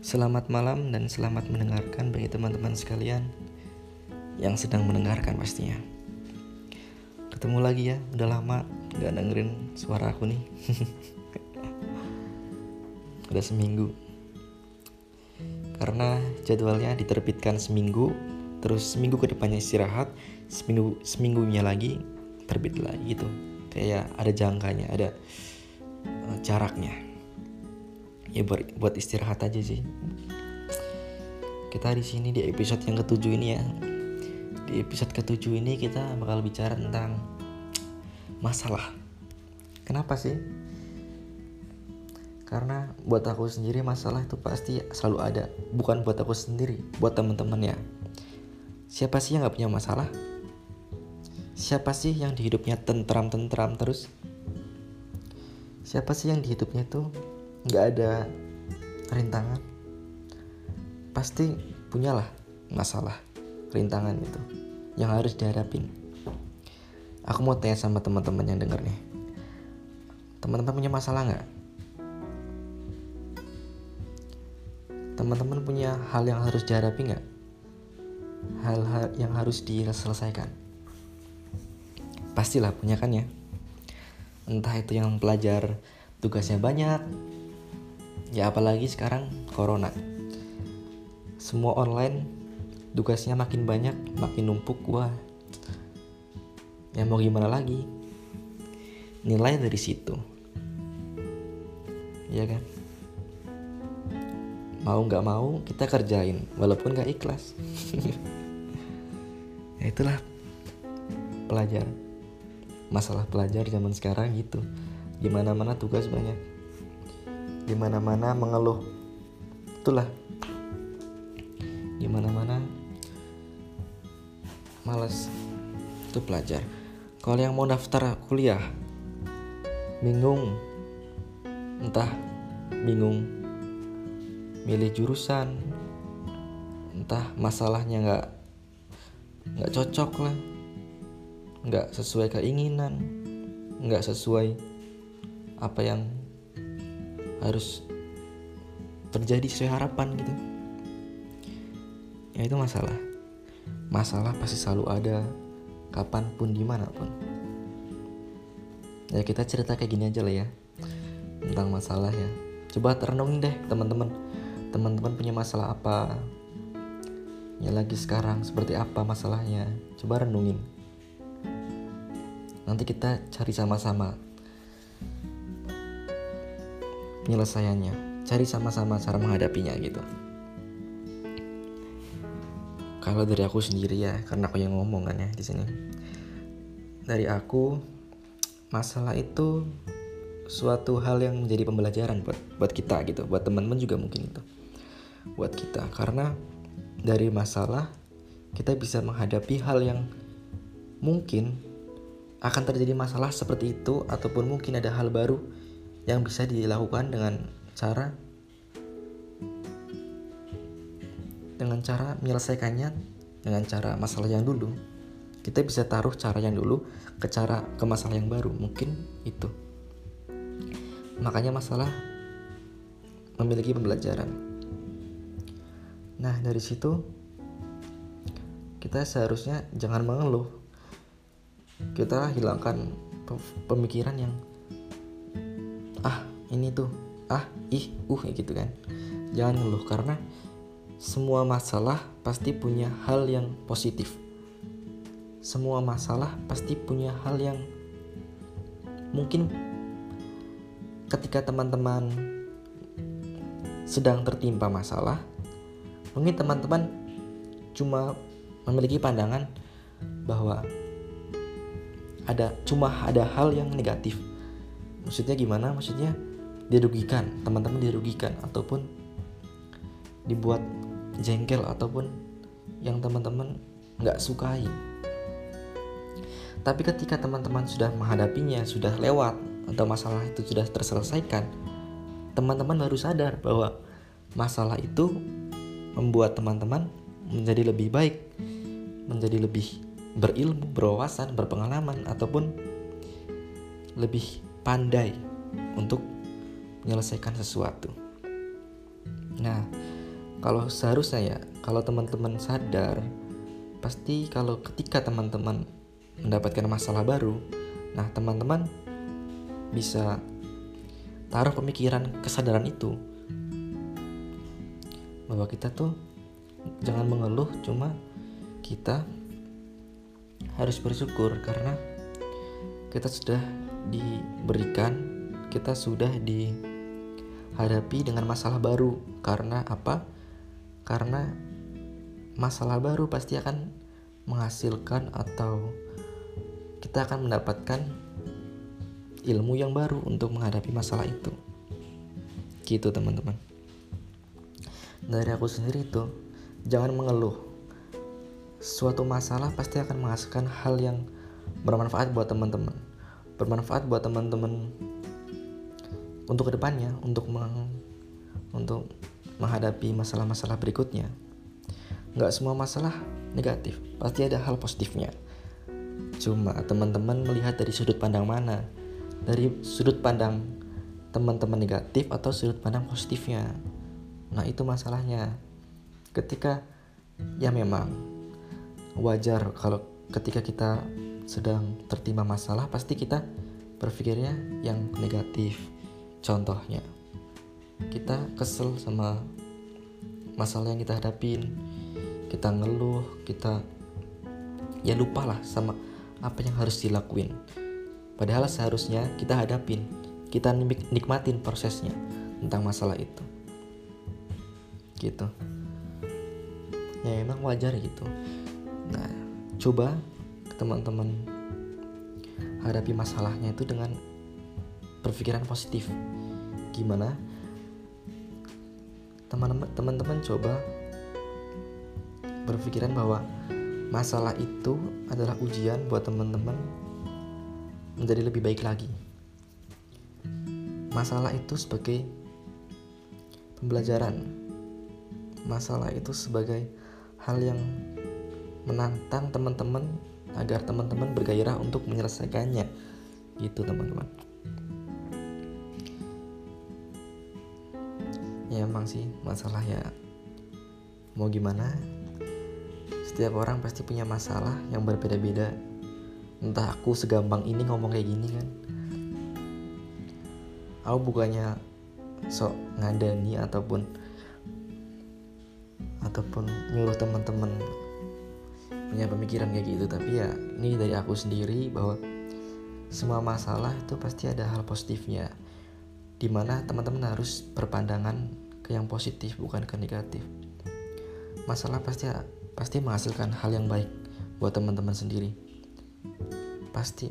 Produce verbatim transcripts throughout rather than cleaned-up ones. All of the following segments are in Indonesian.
Selamat malam dan selamat mendengarkan bagi teman-teman sekalian yang sedang mendengarkan pastinya. Ketemu lagi ya, udah lama gak dengerin suara aku nih. Udah seminggu. Karena jadwalnya diterbitkan seminggu, terus seminggu ke depannya istirahat, seminggu seminggunya lagi terbit lagi gitu. Kayak ada jangkanya, ada uh, jaraknya. Ya buat, buat istirahat aja sih. Kita di sini di episode yang ketujuh ini ya. Di episode ketujuh ini kita bakal bicara tentang masalah. Kenapa sih? Karena buat aku sendiri masalah itu pasti selalu ada. Bukan buat aku sendiri, buat teman-teman ya. Siapa sih yang gak punya masalah? Siapa sih yang di hidupnya tentram-tentram terus? Siapa sih yang di hidupnya tuh gak ada rintangan? Pasti punyalah masalah, rintangan itu yang harus dihadapin. Aku mau tanya sama teman-teman yang denger nih, teman-teman punya masalah gak? Teman-teman punya hal yang harus dihadapi gak? Hal-hal yang harus diselesaikan? Pastilah punya kan ya. Entah itu yang pelajar tugasnya banyak, ya apalagi sekarang corona, semua online, tugasnya makin banyak, makin numpuk. Wah, ya mau gimana lagi, nilai dari situ, ya kan? Mau gak mau kita kerjain walaupun gak ikhlas. Ya itulah pelajar, masalah pelajar zaman sekarang gitu. Dimana-mana tugas banyak, dimana-mana mengeluh. Itulah, dimana-mana malas. Itu pelajar. Kalau yang mau daftar kuliah bingung, entah bingung milih jurusan, entah masalahnya nggak nggak cocok lah, nggak sesuai keinginan, nggak sesuai apa yang harus terjadi sesuai harapan gitu. Ya itu masalah. Masalah pasti selalu ada, kapanpun, dimanapun. Ya kita cerita kayak gini aja lah ya, tentang masalah ya. Coba renungin deh teman-teman. Teman-teman punya masalah apa? Ya lagi sekarang seperti apa masalahnya? Coba renungin. Nanti kita cari sama-sama penyelesaiannya, cari sama-sama cara menghadapinya gitu. Kalau dari aku sendiri ya, karena aku yang ngomong kan ya di sini. Dari aku, masalah itu suatu hal yang menjadi pembelajaran buat buat kita gitu, buat teman-teman juga mungkin itu. Buat kita, karena dari masalah kita bisa menghadapi hal yang mungkin akan terjadi masalah seperti itu, ataupun mungkin ada hal baru yang bisa dilakukan dengan cara dengan cara menyelesaikannya dengan cara masalah yang dulu. Kita bisa taruh cara yang dulu ke cara ke masalah yang baru, mungkin itu. Makanya masalah memiliki pembelajaran. Nah, dari situ kita seharusnya jangan mengeluh. Kita hilangkan pemikiran yang ah ini tuh, ah ih uh gitu kan. Jangan ngeluh, karena semua masalah pasti punya hal yang positif. Semua masalah pasti punya hal yang mungkin ketika teman-teman sedang tertimpa masalah, mungkin teman-teman cuma memiliki pandangan bahwa ada cuma ada hal yang negatif. Maksudnya gimana? Maksudnya dirugikan, teman-teman dirugikan, ataupun dibuat jengkel, ataupun yang teman-teman gak sukai. Tapi ketika teman-teman sudah menghadapinya, sudah lewat, atau masalah itu sudah terselesaikan, teman-teman baru sadar bahwa masalah itu membuat teman-teman menjadi lebih baik, menjadi lebih berilmu, berwawasan, berpengalaman, ataupun lebih pandai untuk menyelesaikan sesuatu. Nah, Kalau seharusnya ya, kalau teman-teman sadar, pasti kalau ketika teman-teman mendapatkan masalah baru, nah teman-teman bisa taruh pemikiran kesadaran itu bahwa kita tuh jangan mengeluh, cuma kita harus bersyukur karena kita sudah diberikan, kita sudah dihadapi dengan masalah baru. Karena apa? Karena masalah baru pasti akan menghasilkan atau kita akan mendapatkan ilmu yang baru untuk menghadapi masalah itu. Gitu teman-teman. Dari aku sendiri itu, jangan mengeluh. Suatu masalah pasti akan menghasilkan hal yang bermanfaat buat teman-teman. Bermanfaat buat teman-teman untuk kedepannya, untuk meng, untuk menghadapi masalah-masalah berikutnya. Gak semua masalah negatif, pasti ada hal positifnya. Cuma teman-teman melihat dari sudut pandang mana, dari sudut pandang teman-teman negatif atau sudut pandang positifnya. Nah itu masalahnya. Ketika ya memang wajar kalau ketika kita sedang tertimpa masalah, pasti kita berpikirnya yang negatif. Contohnya, kita kesel sama masalah yang kita hadapin, kita ngeluh, kita ya lupalah sama apa yang harus dilakuin. Padahal seharusnya kita hadapin, kita nikmatin prosesnya tentang masalah itu. Gitu. Ya emang wajar gitu. Nah, coba teman-teman hadapi masalahnya itu dengan berpikiran positif. Gimana? Teman-teman teman-teman coba berpikiran bahwa masalah itu adalah ujian buat teman-teman menjadi lebih baik lagi. Masalah itu sebagai pembelajaran. Masalah itu sebagai hal yang menantang teman-teman agar teman-teman bergairah untuk menyelesaikannya. Gitu teman-teman. Ya emang sih masalah ya mau gimana, setiap orang pasti punya masalah yang berbeda-beda. Entah aku segampang ini ngomong kayak gini kan, aku bukannya sok ngadani ataupun ataupun nyuruh teman-teman punya pemikiran kayak gitu. Tapi ya ini dari aku sendiri bahwa semua masalah itu pasti ada hal positifnya, dimana teman-teman harus berpandangan ke yang positif, bukan ke negatif. Masalah pasti pasti menghasilkan hal yang baik buat teman-teman sendiri. Pasti.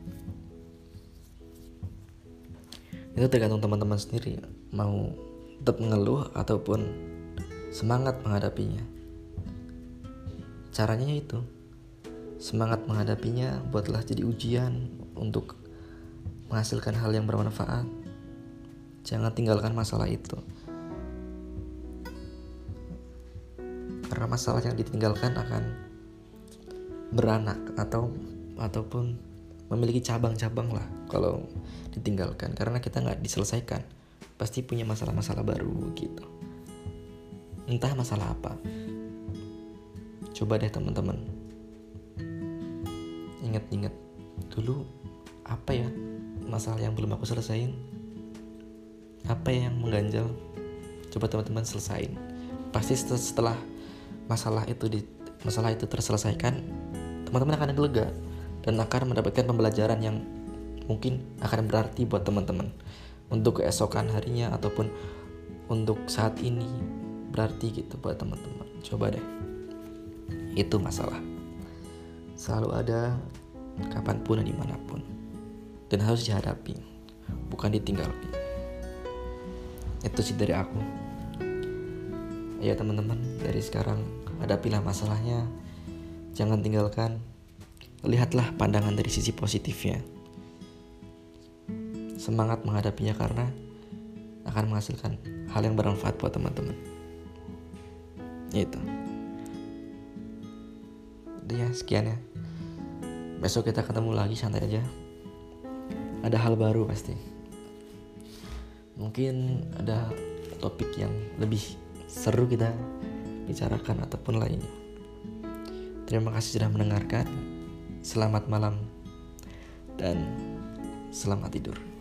Itu tergantung teman-teman sendiri mau tetap mengeluh ataupun semangat menghadapinya. Caranya itu semangat menghadapinya, buatlah jadi ujian untuk menghasilkan hal yang bermanfaat. Jangan tinggalkan masalah itu, karena masalah yang ditinggalkan akan beranak atau ataupun memiliki cabang-cabang lah kalau ditinggalkan, karena kita nggak diselesaikan, pasti punya masalah-masalah baru gitu. Entah masalah apa. Coba deh teman-teman ingat-ingat dulu, apa ya masalah yang belum aku selesain, apa yang mengganjal, coba teman-teman selesain. Pasti setelah masalah itu di masalah itu terselesaikan, teman-teman akan lega dan akan mendapatkan pembelajaran yang mungkin akan berarti buat teman-teman untuk keesokan harinya ataupun untuk saat ini, berarti gitu buat teman-teman. Coba deh. Itu masalah selalu ada, kapanpun dan dimanapun, dan harus dihadapi, bukan ditinggalkan. Itu sih dari aku. Ya teman-teman, dari sekarang hadapilah masalahnya, jangan tinggalkan, lihatlah pandangan dari sisi positifnya, semangat menghadapinya karena akan menghasilkan hal yang bermanfaat buat teman-teman. Itu. Ya sekian ya. Besok kita ketemu lagi, santai aja. Ada hal baru pasti. Mungkin ada topik yang lebih seru kita bicarakan ataupun lainnya. Terima kasih sudah mendengarkan. Selamat malam dan selamat tidur.